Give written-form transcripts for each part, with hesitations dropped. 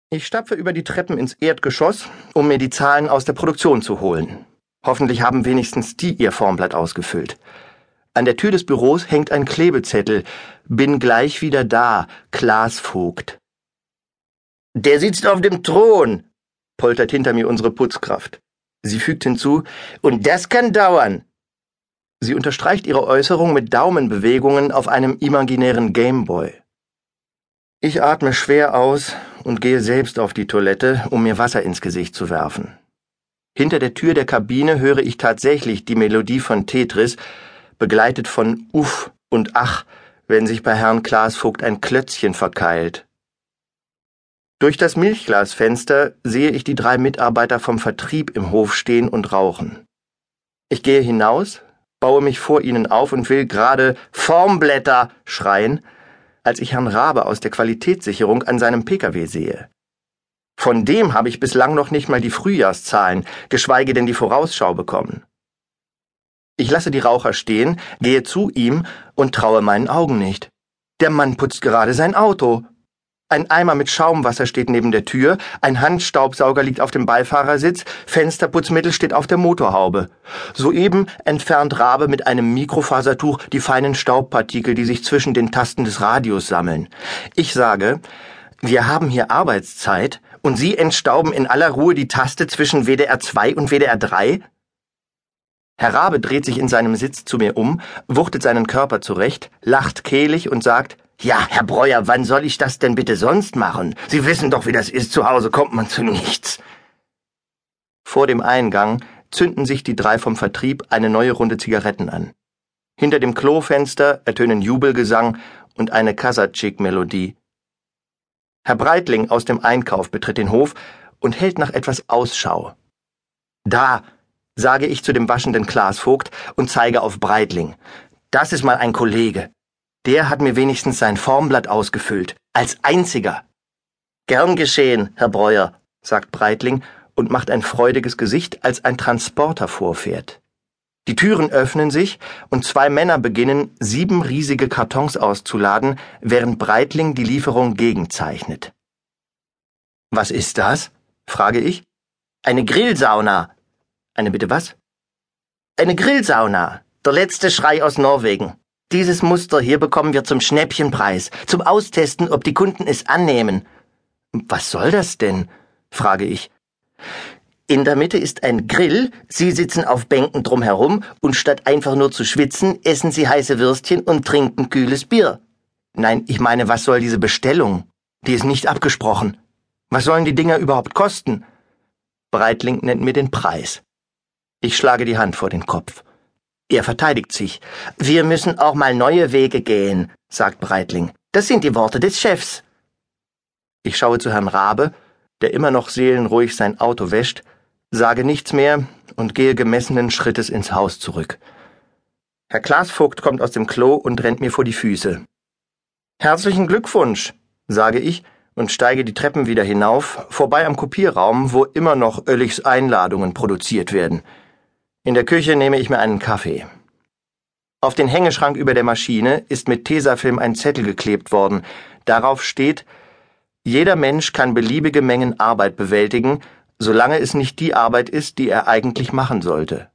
Ich stapfe über die Treppen ins Erdgeschoss, um mir die Zahlen aus der Produktion zu holen. Hoffentlich haben wenigstens die ihr Formblatt ausgefüllt. An der Tür des Büros hängt ein Klebezettel. Bin gleich wieder da, Klaas Vogt. »Der sitzt auf dem Thron«, poltert hinter mir unsere Putzkraft. Sie fügt hinzu, »und das kann dauern.« Sie unterstreicht ihre Äußerung mit Daumenbewegungen auf einem imaginären Gameboy. Ich atme schwer aus und gehe selbst auf die Toilette, um mir Wasser ins Gesicht zu werfen. Hinter der Tür der Kabine höre ich tatsächlich die Melodie von Tetris, begleitet von Uff und Ach, wenn sich bei Herrn Klaas Vogt ein Klötzchen verkeilt. Durch das Milchglasfenster sehe ich die 3 Mitarbeiter vom Vertrieb im Hof stehen und rauchen. Ich gehe hinaus, baue mich vor ihnen auf und will gerade »Formblätter« schreien, als ich Herrn Raabe aus der Qualitätssicherung an seinem Pkw sehe. Von dem habe ich bislang noch nicht mal die Frühjahrszahlen, geschweige denn die Vorausschau bekommen. Ich lasse die Raucher stehen, gehe zu ihm und traue meinen Augen nicht. Der Mann putzt gerade sein Auto. Ein Eimer mit Schaumwasser steht neben der Tür, ein Handstaubsauger liegt auf dem Beifahrersitz, Fensterputzmittel steht auf der Motorhaube. Soeben entfernt Raabe mit einem Mikrofasertuch die feinen Staubpartikel, die sich zwischen den Tasten des Radios sammeln. Ich sage, wir haben hier Arbeitszeit und Sie entstauben in aller Ruhe die Taste zwischen WDR 2 und WDR 3? Herr Raabe dreht sich in seinem Sitz zu mir um, wuchtet seinen Körper zurecht, lacht kehlig und sagt, »Ja, Herr Breuer, wann soll ich das denn bitte sonst machen? Sie wissen doch, wie das ist, zu Hause kommt man zu nichts.« Vor dem Eingang zünden sich die 3 vom Vertrieb eine neue Runde Zigaretten an. Hinter dem Klofenster ertönen Jubelgesang und eine Kasachik-Melodie. Herr Breitling aus dem Einkauf betritt den Hof und hält nach etwas Ausschau. »Da«, sage ich zu dem waschenden Klaas Vogt und zeige auf Breitling. »Das ist mal ein Kollege. Der hat mir wenigstens sein Formblatt ausgefüllt. Als einziger.« »Gern geschehen, Herr Breuer«, sagt Breitling und macht ein freudiges Gesicht, als ein Transporter vorfährt. Die Türen öffnen sich und 2 Männer beginnen, 7 riesige Kartons auszuladen, während Breitling die Lieferung gegenzeichnet. »Was ist das?« frage ich. »Eine Grillsauna.« »Eine bitte was?« »Eine Grillsauna. Der letzte Schrei aus Norwegen. Dieses Muster hier bekommen wir zum Schnäppchenpreis, zum Austesten, ob die Kunden es annehmen.« »Was soll das denn?« frage ich. »In der Mitte ist ein Grill, Sie sitzen auf Bänken drumherum und statt einfach nur zu schwitzen, essen Sie heiße Würstchen und trinken kühles Bier.« »Nein, ich meine, was soll diese Bestellung? Die ist nicht abgesprochen. Was sollen die Dinger überhaupt kosten?« Breitling nennt mir den Preis. Ich schlage die Hand vor den Kopf. Er verteidigt sich. »Wir müssen auch mal neue Wege gehen«, sagt Breitling. »Das sind die Worte des Chefs.« Ich schaue zu Herrn Raabe, der immer noch seelenruhig sein Auto wäscht, sage nichts mehr und gehe gemessenen Schrittes ins Haus zurück. Herr Klaas Vogt kommt aus dem Klo und rennt mir vor die Füße. »Herzlichen Glückwunsch«, sage ich und steige die Treppen wieder hinauf, vorbei am Kopierraum, wo immer noch Oellichs Einladungen produziert werden. In der Küche nehme ich mir einen Kaffee. Auf den Hängeschrank über der Maschine ist mit Tesafilm ein Zettel geklebt worden. Darauf steht, jeder Mensch kann beliebige Mengen Arbeit bewältigen, solange es nicht die Arbeit ist, die er eigentlich machen sollte.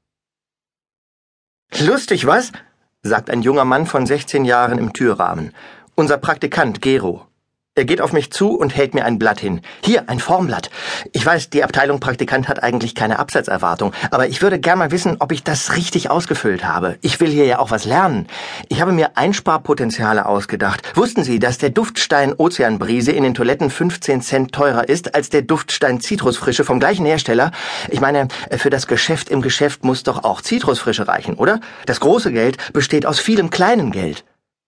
»Lustig, was?«, sagt ein junger Mann von 16 Jahren im Türrahmen. Unser Praktikant Gero. Er geht auf mich zu und hält mir ein Blatt hin. »Hier, ein Formblatt. Ich weiß, die Abteilung Praktikant hat eigentlich keine Absatzerwartung, aber ich würde gern mal wissen, ob ich das richtig ausgefüllt habe. Ich will hier ja auch was lernen. Ich habe mir Einsparpotenziale ausgedacht. Wussten Sie, dass der Duftstein Ozeanbrise in den Toiletten 15 Cent teurer ist als der Duftstein Zitrusfrische vom gleichen Hersteller? Ich meine, für das Geschäft im Geschäft muss doch auch Zitrusfrische reichen, oder? Das große Geld besteht aus vielem kleinen Geld.«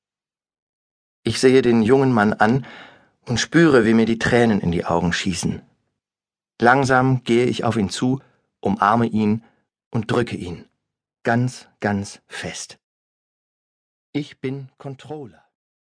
Ich sehe den jungen Mann an und spüre, wie mir die Tränen in die Augen schießen. Langsam gehe ich auf ihn zu, umarme ihn und drücke ihn. Ganz, ganz fest. Ich bin Controller.